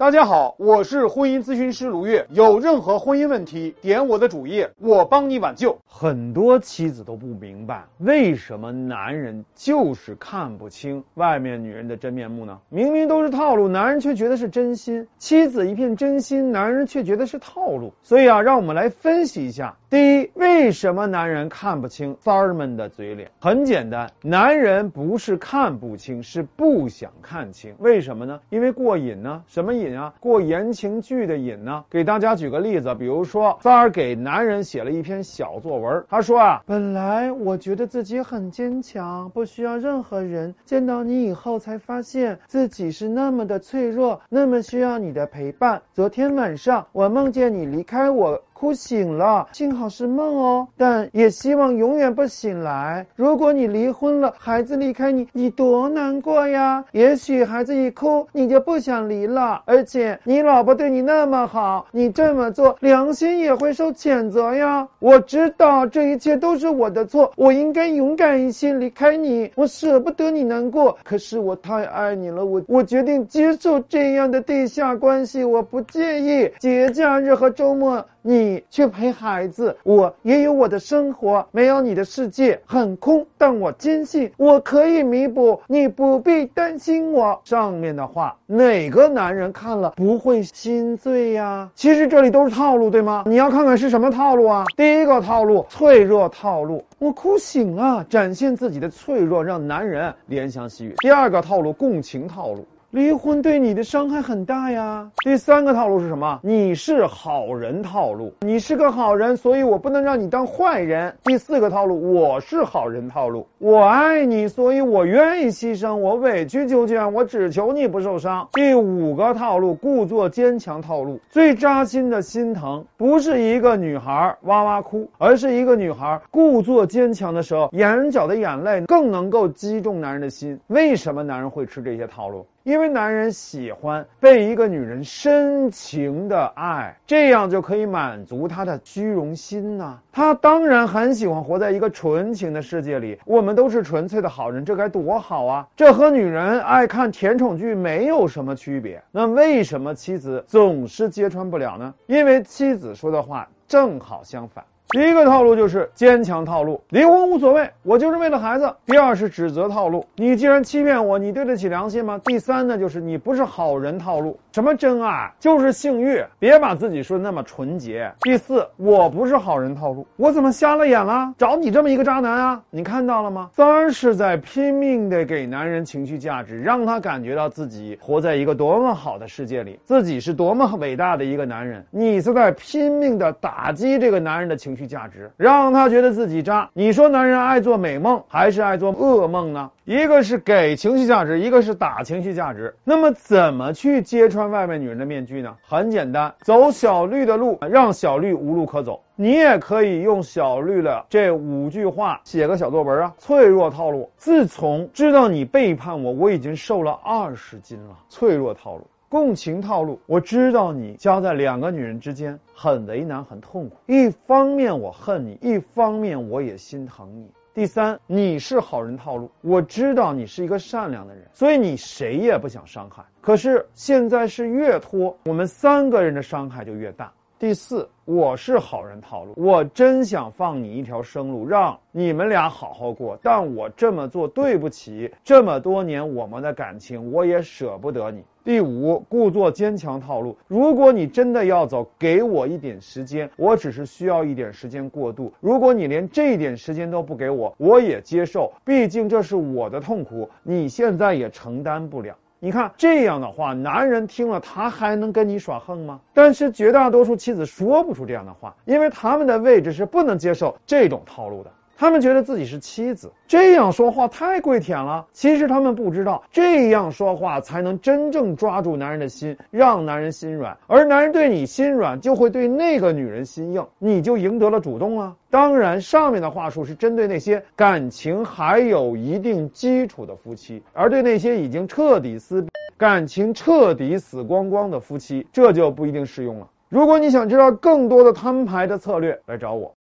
大家好，我是婚姻咨询师卢月。有任何婚姻问题，点我的主页，我帮你挽救。很多妻子都不明白，为什么男人就是看不清外面女人的真面目呢？明明都是套路，男人却觉得是真心；妻子一片真心，男人却觉得是套路。所以让我们来分析一下。第一，为什么男人看不清三儿们的嘴脸？很简单，男人不是看不清，是不想看清。为什么呢？因为过瘾呢。什么瘾啊？过言情剧的瘾呢。给大家举个例子，比如说三儿给男人写了一篇小作文，他说本来我觉得自己很坚强，不需要任何人，见到你以后才发现自己是那么的脆弱，那么需要你的陪伴。昨天晚上我梦见你离开我，哭醒了，幸好是梦哦，但也希望永远不醒来。如果你离婚了，孩子离开你，你多难过呀。也许孩子一哭，你就不想离了，而且你老婆对你那么好，你这么做良心也会受谴责呀。我知道这一切都是我的错，我应该勇敢一些离开你，我舍不得你难过，可是我太爱你了，我决定接受这样的地下关系，我不介意节假日和周末你去陪孩子，我也有我的生活，没有你的世界很空，但我坚信我可以弥补，你不必担心我。上面的话哪个男人看了不会心醉呀？其实这里都是套路，对吗？你要看看是什么套路啊。第一个套路，脆弱套路，我哭醒了，展现自己的脆弱，让男人怜香惜玉。第二个套路，共情套路，离婚对你的伤害很大呀。第三个套路是什么？你是好人套路，你是个好人，所以我不能让你当坏人。第四个套路，我是好人套路，我爱你，所以我愿意牺牲，我委曲求全，我只求你不受伤。第五个套路，故作坚强套路，最扎心的心疼不是一个女孩哇哇哭，而是一个女孩故作坚强的时候，眼角的眼泪更能够击中男人的心。为什么男人会吃这些套路？因为男人喜欢被一个女人深情的爱，这样就可以满足他的虚荣心呐。他当然很喜欢活在一个纯情的世界里，我们都是纯粹的好人，这该多好啊！这和女人爱看甜宠剧没有什么区别。那为什么妻子总是揭穿不了呢？因为妻子说的话正好相反。第一个套路就是坚强套路，离婚无所谓，我就是为了孩子。第二是指责套路，你既然欺骗我，你对得起良心吗？第三呢，就是你不是好人套路，什么真爱就是性欲，别把自己说的那么纯洁。第四，我不是好人套路，我怎么瞎了眼了？找你这么一个渣男啊？你看到了吗？三是在拼命的给男人情绪价值，让他感觉到自己活在一个多么好的世界里，自己是多么伟大的一个男人。你是在拼命的打击这个男人的情绪价值，让他觉得自己渣。你说男人爱做美梦还是爱做噩梦呢？一个是给情绪价值，一个是打情绪价值。那么怎么去揭穿外面女人的面具呢？很简单，走小绿的路，让小绿无路可走。你也可以用小绿的这5句话写个小作文啊。脆弱套路，自从知道你背叛我，我已经瘦了20斤了。脆弱套路。共情套路，我知道你交在2个女人之间很为难很痛苦，一方面我恨你，一方面我也心疼你。第三，你是好人套路，我知道你是一个善良的人，所以你谁也不想伤害，可是现在是越拖，我们3个人的伤害就越大。第四，我是好人套路，我真想放你一条生路，让你们俩好好过，但我这么做对不起这么多年我们的感情，我也舍不得你。第五，故作坚强套路，如果你真的要走，给我一点时间，我只是需要一点时间过渡，如果你连这一点时间都不给我，我也接受，毕竟这是我的痛苦，你现在也承担不了。你看这样的话，男人听了他还能跟你耍横吗？但是绝大多数妻子说不出这样的话，因为他们的位置是不能接受这种套路的。他们觉得自己是妻子，这样说话太跪舔了。其实他们不知道，这样说话才能真正抓住男人的心，让男人心软。而男人对你心软，就会对那个女人心硬，你就赢得了主动啊。当然，上面的话术是针对那些感情还有一定基础的夫妻，而对那些已经彻底撕逼、感情彻底死光光的夫妻，这就不一定适用了。如果你想知道更多的摊牌的策略，来找我。